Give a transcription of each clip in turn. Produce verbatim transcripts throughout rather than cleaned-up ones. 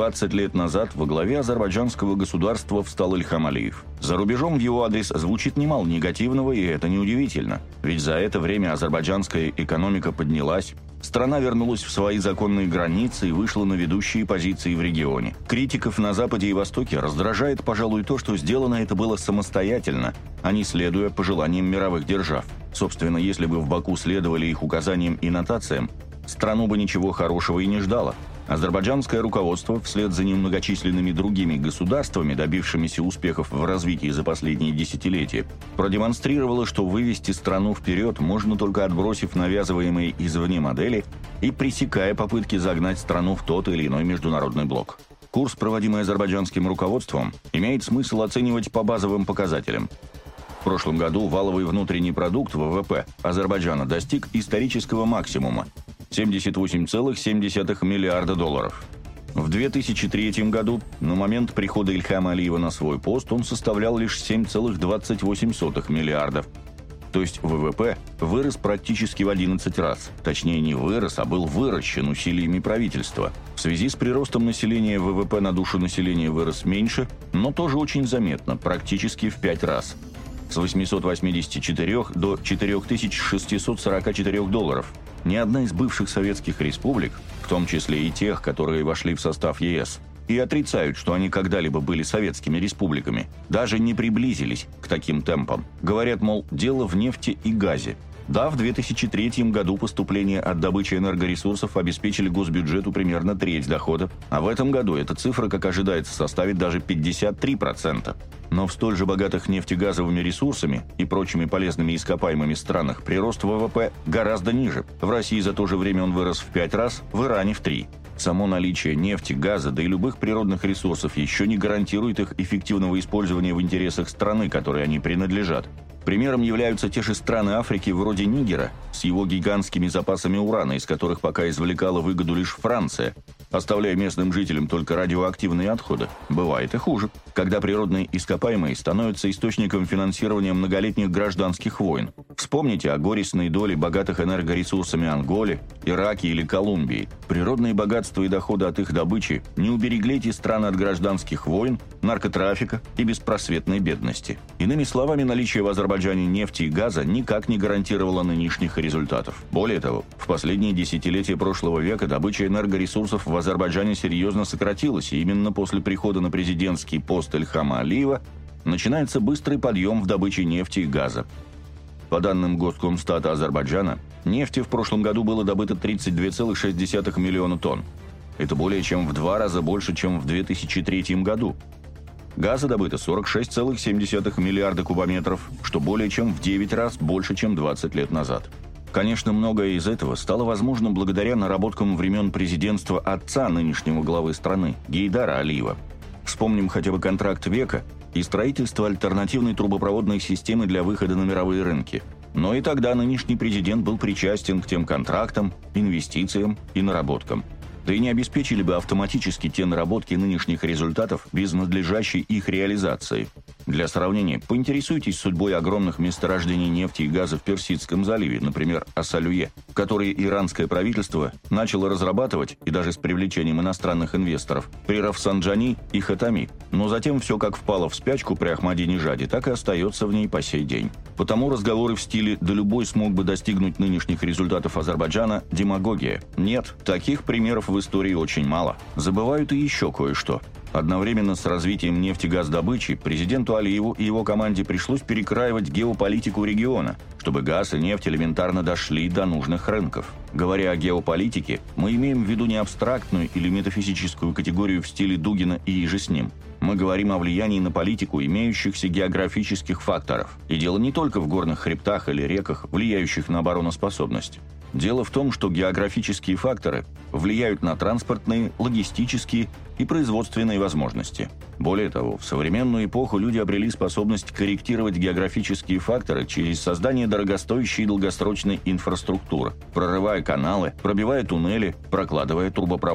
двадцать лет назад во главе азербайджанского государства встал Ильхам Алиев. За рубежом в его адрес звучит немало негативного, и это неудивительно. Ведь за это время азербайджанская экономика поднялась, страна вернулась в свои законные границы и вышла на ведущие позиции в регионе. Критиков на Западе и Востоке раздражает, пожалуй, то, что сделано это было самостоятельно, а не следуя пожеланиям мировых держав. Собственно, если бы в Баку следовали их указаниям и нотациям, страну бы ничего хорошего и не ждало. Азербайджанское руководство, вслед за немногочисленными другими государствами, добившимися успехов в развитии за последние десятилетия, продемонстрировало, что вывести страну вперед можно только отбросив навязываемые извне модели и пресекая попытки загнать страну в тот или иной международный блок. Курс, проводимый азербайджанским руководством, имеет смысл оценивать по базовым показателям. В прошлом году валовый внутренний продукт вэ вэ пэ Азербайджана достиг исторического максимума – семьдесят восемь целых семь десятых миллиарда долларов. В две тысячи третьем году, на момент прихода Ильхама Алиева на свой пост, он составлял лишь семь целых двадцать восемь сотых миллиардов. То есть вэ вэ пэ вырос практически в одиннадцать раз. Точнее, не вырос, а был выращен усилиями правительства. В связи с приростом населения вэ вэ пэ на душу населения вырос меньше, но тоже очень заметно, практически в пять раз. С восьмисот восьмидесяти четырёх до четырёх тысяч шестисот сорока четырёх долларов. Ни одна из бывших советских республик, в том числе и тех, которые вошли в состав е эс, и отрицают, что они когда-либо были советскими республиками, даже не приблизились к таким темпам. Говорят, мол, дело в нефти и газе. Да, в две тысячи третьем году поступления от добычи энергоресурсов обеспечили госбюджету примерно треть дохода, а в этом году эта цифра, как ожидается, составит даже пятьдесят три процента. Но в столь же богатых нефтегазовыми ресурсами и прочими полезными ископаемыми странах прирост вэ вэ пэ гораздо ниже. В России за то же время он вырос в пять раз, в Иране в три. Само наличие нефти, газа, да и любых природных ресурсов еще не гарантирует их эффективного использования в интересах страны, которой они принадлежат. Примером являются те же страны Африки вроде Нигера с его гигантскими запасами урана, из которых пока извлекала выгоду лишь Франция, оставляя местным жителям только радиоактивные отходы. Бывает и хуже, когда природные ископаемые становятся источником финансирования многолетних гражданских войн. Вспомните о горестной доле богатых энергоресурсами Анголи, Ираке или Колумбии. Природные богатства и доходы от их добычи не уберегли эти страны от гражданских войн, наркотрафика и беспросветной бедности. Иными словами, наличие в Азербайджане нефти и газа никак не гарантировало нынешних результатов. Более того, в последние десятилетия прошлого века добыча энергоресурсов в Азербайджане серьезно сократилась, и именно после прихода на президентский пост Ильхама Алиева начинается быстрый подъем в добыче нефти и газа. По данным Госкомстата Азербайджана, нефти в прошлом году было добыто тридцать два целых шесть десятых миллиона тонн. Это более чем в два раза больше, чем в две тысячи третьем году. Газа добыто сорок шесть целых семь десятых миллиарда кубометров, что более чем в девять раз больше, чем двадцать лет назад. Конечно, многое из этого стало возможным благодаря наработкам времен президентства отца нынешнего главы страны, Гейдара Алиева. Вспомним хотя бы контракт века и строительство альтернативной трубопроводной системы для выхода на мировые рынки. Но и тогда нынешний президент был причастен к тем контрактам, инвестициям и наработкам. Да и не обеспечили бы автоматически те наработки нынешних результатов без надлежащей их реализации. Для сравнения, поинтересуйтесь судьбой огромных месторождений нефти и газа в Персидском заливе, например, Ас-Салюе, которые иранское правительство начало разрабатывать, и даже с привлечением иностранных инвесторов, при Рафсанджани и Хатами. Но затем все как впало в спячку при Ахмадинежаде, так и остается в ней по сей день. Потому разговоры в стиле «да любой смог бы достигнуть нынешних результатов Азербайджана» – демагогия. Нет, таких примеров в истории очень мало. Забывают и еще кое-что. Одновременно с развитием нефтегаз-добычи президенту Алиеву и его команде пришлось перекраивать геополитику региона, чтобы газ и нефть элементарно дошли до нужных рынков. Говоря о геополитике, мы имеем в виду не абстрактную или метафизическую категорию в стиле Дугина и иже с ним. Мы говорим о влиянии на политику имеющихся географических факторов. И дело не только в горных хребтах или реках, влияющих на обороноспособность. Дело в том, что географические факторы влияют на транспортные, логистические и производственные возможности. Более того, в современную эпоху люди обрели способность корректировать географические факторы через создание дорогостоящей и долгосрочной инфраструктуры, прорывая каналы, пробивая туннели, прокладывая трубопроводы.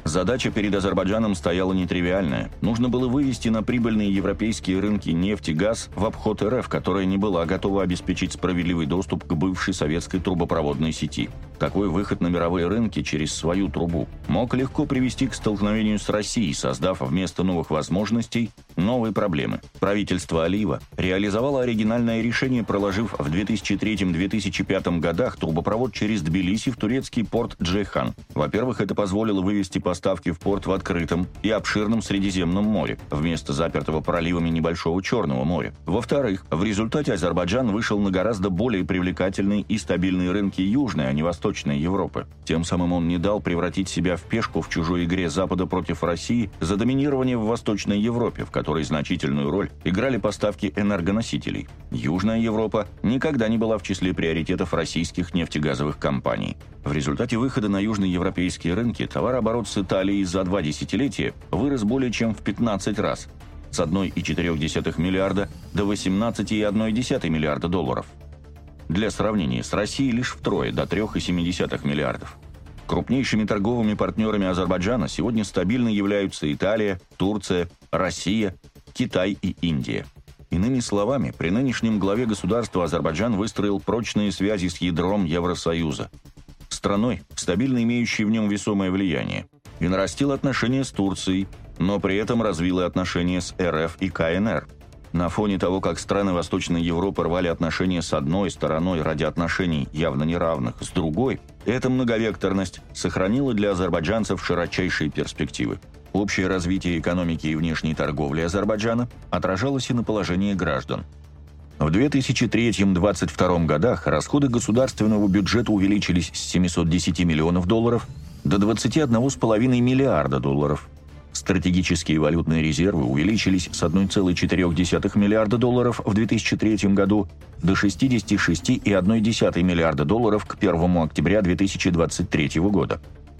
Задача перед Азербайджаном стояла нетривиальная. Нужно было вывести на прибыльные европейские рынки нефть и газ в обход эр эф, которая не была готова обеспечить справедливый доступ к бывшей советской трубопроводной сети. Такой выход на мировые рынки через свою трубу мог легко привести к столкновению с Россией, создав вместо новых возможностей новые проблемы. Правительство Алиева реализовало оригинальное решение, проложив в две тысячи третьем — две тысячи пятом годах трубопровод через Тбилиси в турецкий порт Джейхан. Во-первых, это позволило вывести поставки в порт в открытом и обширном Средиземном море, вместо запертого проливами небольшого Черного моря. Во-вторых, в результате Азербайджан вышел на гораздо более привлекательные и стабильные рынки Южной, а не Восточной Европы. Тем самым он не дал превратить себя в пешку в чужой игре Запада против России за доминирование в Восточной Европе, в которой значительную роль играли поставки энергоносителей. Южная Европа никогда не была в числе приоритетов российских нефтегазовых компаний. В результате выхода на южноевропейские рынки товарооборот с Италией за два десятилетия вырос более чем в пятнадцать раз, с одной целой четыре десятых миллиарда до восемнадцати целых одной десятой миллиарда долларов. Для сравнения, с Россией лишь втрое, до трёх целых семи десятых миллиардов. Крупнейшими торговыми партнерами Азербайджана сегодня стабильно являются Италия, Турция, Россия, Китай и Индия. Иными словами, при нынешнем главе государства Азербайджан выстроил прочные связи с ядром Евросоюза, страной, стабильно имеющей в нем весомое влияние, и нарастил отношения с Турцией, но при этом развил и отношения с эр эф и ка эн эр. На фоне того, как страны Восточной Европы рвали отношения с одной стороной ради отношений явно неравных с другой, эта многовекторность сохранила для азербайджанцев широчайшие перспективы. Общее развитие экономики и внешней торговли Азербайджана отражалось и на положении граждан. В две тысячи третьем — две тысячи двадцать втором годах расходы государственного бюджета увеличились с семисот десяти миллионов долларов до двадцати одного целых пяти десятых миллиарда долларов. Стратегические валютные резервы увеличились с одной целой четырёх десятых миллиарда долларов в две тысячи третьем году до шестидесяти шести целых одной десятой миллиарда долларов к первому октября две тысячи двадцать третьего года.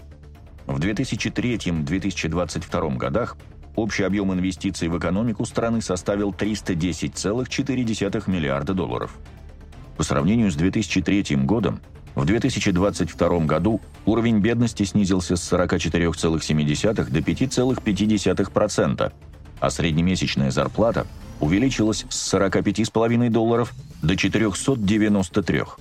В две тысячи третьем — две тысячи двадцать втором годах общий объем инвестиций в экономику страны составил триста десять целых четыре десятых миллиарда долларов. По сравнению с две тысячи третьим годом, в две тысячи двадцать втором году уровень бедности снизился с сорока четырёх целых семи десятых до пяти целых пяти десятых процента, а среднемесячная зарплата увеличилась с сорока пяти целых пяти десятых долларов до четырёхсот девяноста трёх.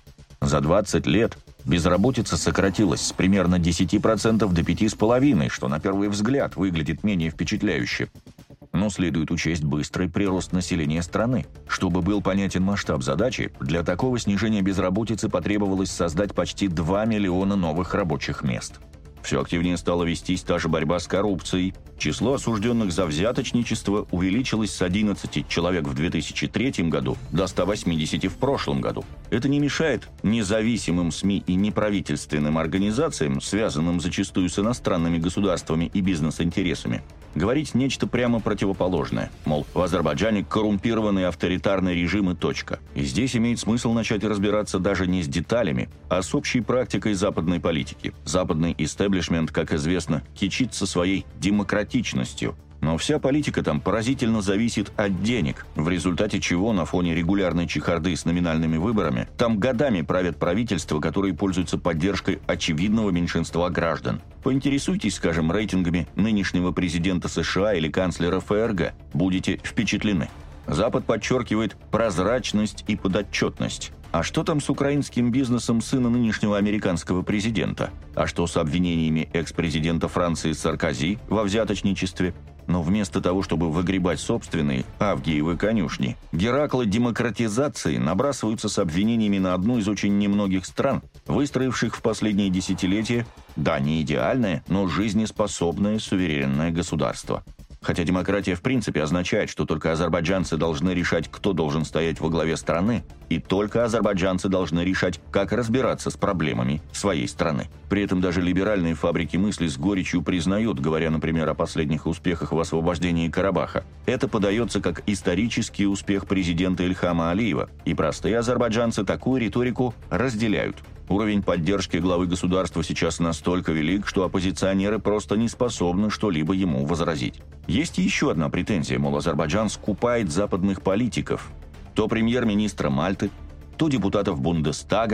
За двадцать лет безработица сократилась с примерно десяти процентов до пяти целых пяти десятых, что на первый взгляд выглядит менее впечатляюще. Но следует учесть быстрый прирост населения страны. Чтобы был понятен масштаб задачи, для такого снижения безработицы потребовалось создать почти два миллиона новых рабочих мест. Все активнее стала вестись та же борьба с коррупцией. Число осужденных за взяточничество увеличилось с одиннадцати человек в две тысячи третьем году до ста восьмидесяти в прошлом году. Это не мешает независимым СМИ и неправительственным организациям, связанным зачастую с иностранными государствами и бизнес-интересами, говорить нечто прямо противоположное. Мол, в Азербайджане коррумпированный авторитарный режим и точка. И здесь имеет смысл начать разбираться даже не с деталями, а с общей практикой западной политики. Западный истеблишмент, как известно, кичится своей демократичностью. Но вся политика там поразительно зависит от денег, в результате чего на фоне регулярной чехарды с номинальными выборами там годами правят правительства, которые пользуются поддержкой очевидного меньшинства граждан. Поинтересуйтесь, скажем, рейтингами нынешнего президента США или канцлера эф эр гэ, будете впечатлены. Запад подчеркивает прозрачность и подотчетность. А что там с украинским бизнесом сына нынешнего американского президента? А что с обвинениями экс-президента Франции Саркози во взяточничестве? Но вместо того, чтобы выгребать собственные авгиевы конюшни, Гераклы демократизации набрасываются с обвинениями на одну из очень немногих стран, выстроивших в последние десятилетия, да, не идеальное, но жизнеспособное суверенное государство. Хотя демократия в принципе означает, что только азербайджанцы должны решать, кто должен стоять во главе страны, и только азербайджанцы должны решать, как разбираться с проблемами своей страны. При этом даже либеральные фабрики мысли с горечью признают, говоря, например, о последних успехах в освобождении Карабаха. Это подается как исторический успех президента Ильхама Алиева, и простые азербайджанцы такую риторику разделяют. Уровень поддержки главы государства сейчас настолько велик, что оппозиционеры просто не способны что-либо ему возразить. Есть еще одна претензия, мол, Азербайджан скупает западных политиков. То премьер-министра Мальты, то депутатов Бундестага,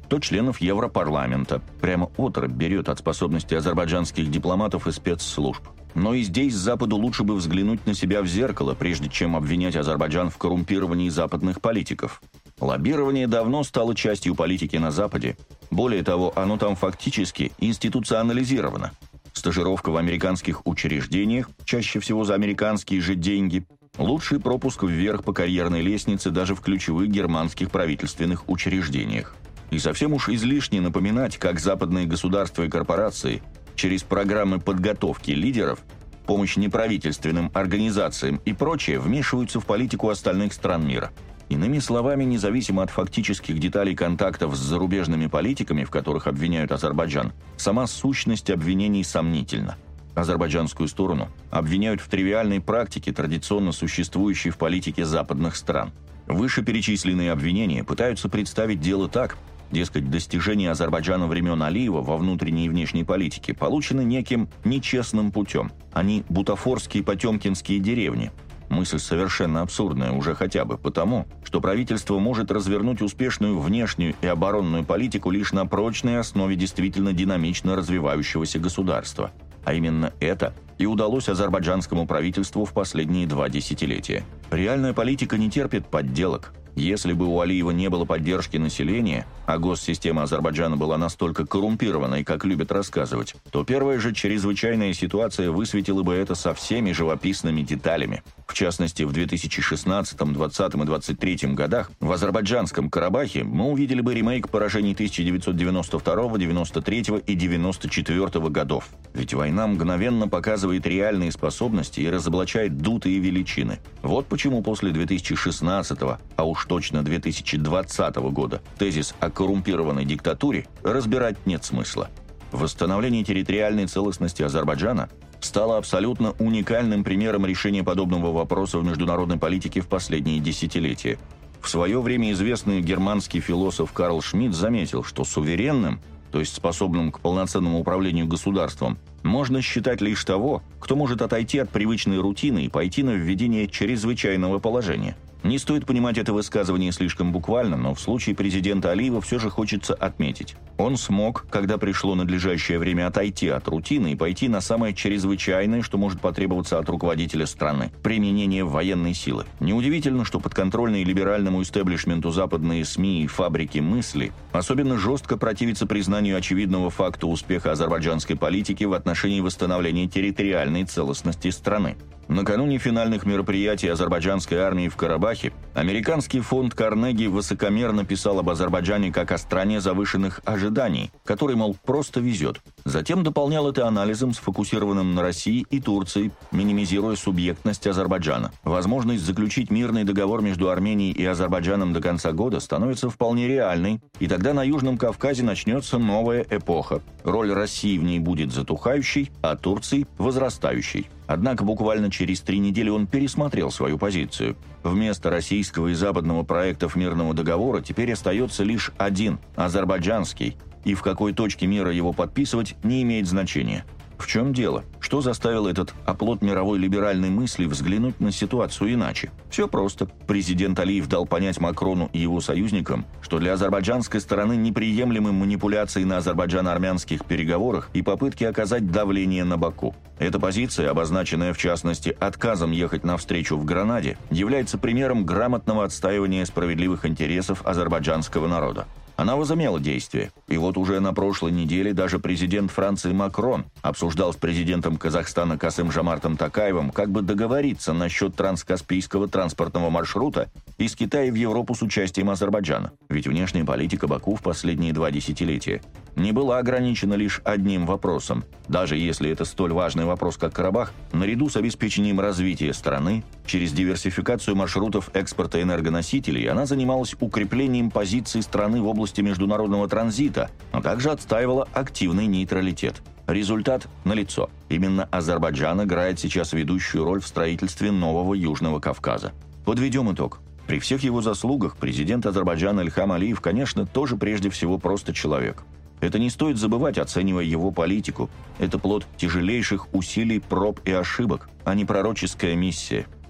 то членов Европарламента. Прямо оторопь берет от способности азербайджанских дипломатов и спецслужб. Но и здесь Западу лучше бы взглянуть на себя в зеркало, прежде чем обвинять Азербайджан в коррумпировании западных политиков. Лоббирование давно стало частью политики на Западе. Более того, оно там фактически институционализировано. Стажировка в американских учреждениях, чаще всего за американские же деньги, лучший пропуск вверх по карьерной лестнице даже в ключевых германских правительственных учреждениях. И совсем уж излишне напоминать, как западные государства и корпорации через программы подготовки лидеров, помощь неправительственным организациям и прочее вмешиваются в политику остальных стран мира. Иными словами, независимо от фактических деталей контактов с зарубежными политиками, в которых обвиняют Азербайджан, сама сущность обвинений сомнительна. Азербайджанскую сторону обвиняют в тривиальной практике, традиционно существующей в политике западных стран. Вышеперечисленные обвинения пытаются представить дело так, дескать, достижения Азербайджана времен Алиева во внутренней и внешней политике получены неким нечестным путем. Они бутафорские потемкинские деревни. Мысль совершенно абсурдная уже хотя бы потому, что правительство может развернуть успешную внешнюю и оборонную политику лишь на прочной основе действительно динамично развивающегося государства. А именно это и удалось азербайджанскому правительству в последние два десятилетия. Реальная политика не терпит подделок. Если бы у Алиева не было поддержки населения, а госсистема Азербайджана была настолько коррумпированной, как любят рассказывать, то первая же чрезвычайная ситуация высветила бы это со всеми живописными деталями. В частности, в две тысячи шестнадцатом, двадцатом и двадцать третьем годах в азербайджанском Карабахе мы увидели бы ремейк поражений тысяча девятьсот девяносто второго, девяносто третьего и девяносто четвёртого годов. Ведь война мгновенно показывает реальные способности и разоблачает дутые величины. Вот почему после две тысячи шестнадцатого, а уж точно две тысячи двадцатого года, тезис о коррумпированной диктатуре разбирать нет смысла. Восстановление территориальной целостности Азербайджана стало абсолютно уникальным примером решения подобного вопроса в международной политике в последние десятилетия. В свое время известный германский философ Карл Шмидт заметил, что суверенным, то есть способным к полноценному управлению государством, можно считать лишь того, кто может отойти от привычной рутины и пойти на введение чрезвычайного положения. Не стоит понимать это высказывание слишком буквально, но в случае президента Алиева все же хочется отметить. Он смог, когда пришло надлежащее время, отойти от рутины и пойти на самое чрезвычайное, что может потребоваться от руководителя страны – применение военной силы. Неудивительно, что подконтрольные либеральному истеблишменту западные СМИ и фабрики мысли особенно жестко противятся признанию очевидного факта успеха азербайджанской политики в отношении восстановления территориальной целостности страны. Накануне финальных мероприятий азербайджанской армии в Карабахе американский фонд Карнеги высокомерно писал об Азербайджане как о стране завышенных ожиданий, который, мол, просто везет. Затем дополнял это анализом, сфокусированным на России и Турции, минимизируя субъектность Азербайджана. Возможность заключить мирный договор между Арменией и Азербайджаном до конца года становится вполне реальной, и тогда на Южном Кавказе начнется новая эпоха. Роль России в ней будет затухающей, а Турции – возрастающей. Однако буквально через три недели он пересмотрел свою позицию. Вместо российского и западного проектов мирного договора теперь остается лишь один – азербайджанский, и в какой точке мира его подписывать не имеет значения. В чем дело? Что заставило этот оплот мировой либеральной мысли взглянуть на ситуацию иначе? Все просто. Президент Алиев дал понять Макрону и его союзникам, что для азербайджанской стороны неприемлемы манипуляции на азербайджано-армянских переговорах и попытки оказать давление на Баку. Эта позиция, обозначенная в частности отказом ехать навстречу в Гранаде, является примером грамотного отстаивания справедливых интересов азербайджанского народа. Она возымела действие. И вот уже на прошлой неделе даже президент Франции Макрон обсуждал с президентом Казахстана Касым-Жомартом Токаевым, как бы договориться насчет транскаспийского транспортного маршрута из Китая в Европу с участием Азербайджана. Ведь внешняя политика Баку в последние два десятилетия не была ограничена лишь одним вопросом. Даже если это столь важный вопрос, как Карабах, наряду с обеспечением развития страны, через диверсификацию маршрутов экспорта энергоносителей, она занималась укреплением позиций страны в области международного транзита, а также отстаивала активный нейтралитет. Результат налицо. Именно Азербайджан играет сейчас ведущую роль в строительстве нового Южного Кавказа. Подведем итог. При всех его заслугах президент Азербайджана Ильхам Алиев, конечно, тоже прежде всего просто человек. Это не стоит забывать, оценивая его политику. Это плод тяжелейших усилий, проб и ошибок, а не пророческая миссия.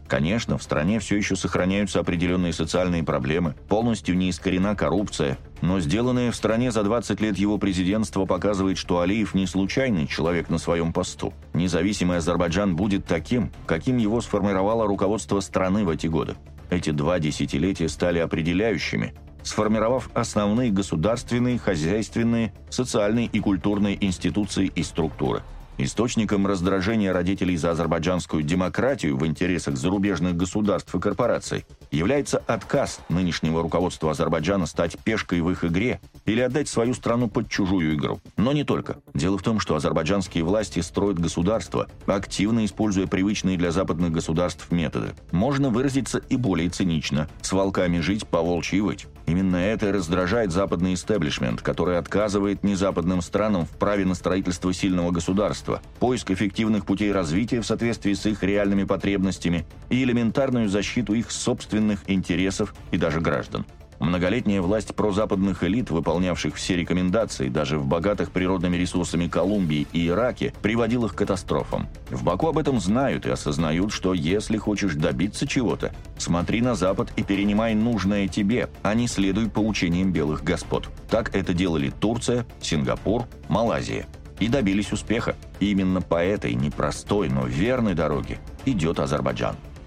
Конечно, в стране все еще сохраняются определенные социальные проблемы, полностью не искорена коррупция, но сделанное в стране за двадцать лет его президентства показывает, что Алиев не случайный человек на своем посту. Независимый Азербайджан будет таким, каким его сформировало руководство страны в эти годы. Эти два десятилетия стали определяющими, сформировав основные государственные, хозяйственные, социальные и культурные институции и структуры. Источником раздражения родителей за азербайджанскую демократию в интересах зарубежных государств и корпораций является отказ нынешнего руководства Азербайджана стать пешкой в их игре или отдать свою страну под чужую игру. Но не только. Дело в том, что азербайджанские власти строят государство, активно используя привычные для западных государств методы. Можно выразиться и более цинично – с волками жить, по волчьи выть. Именно это и раздражает западный истеблишмент, который отказывает незападным странам в праве на строительство сильного государства, поиск эффективных путей развития в соответствии с их реальными потребностями и элементарную защиту их собственных интересов и даже граждан. Многолетняя власть прозападных элит, выполнявших все рекомендации, даже в богатых природными ресурсами Колумбии и Ираке, приводила к катастрофам. В Баку об этом знают и осознают, что если хочешь добиться чего-то, смотри на Запад и перенимай нужное тебе, а не следуй поучениям белых господ. Так это делали Турция, Сингапур, Малайзия. И добились успеха. И именно по этой непростой, но верной дороге идет Азербайджан.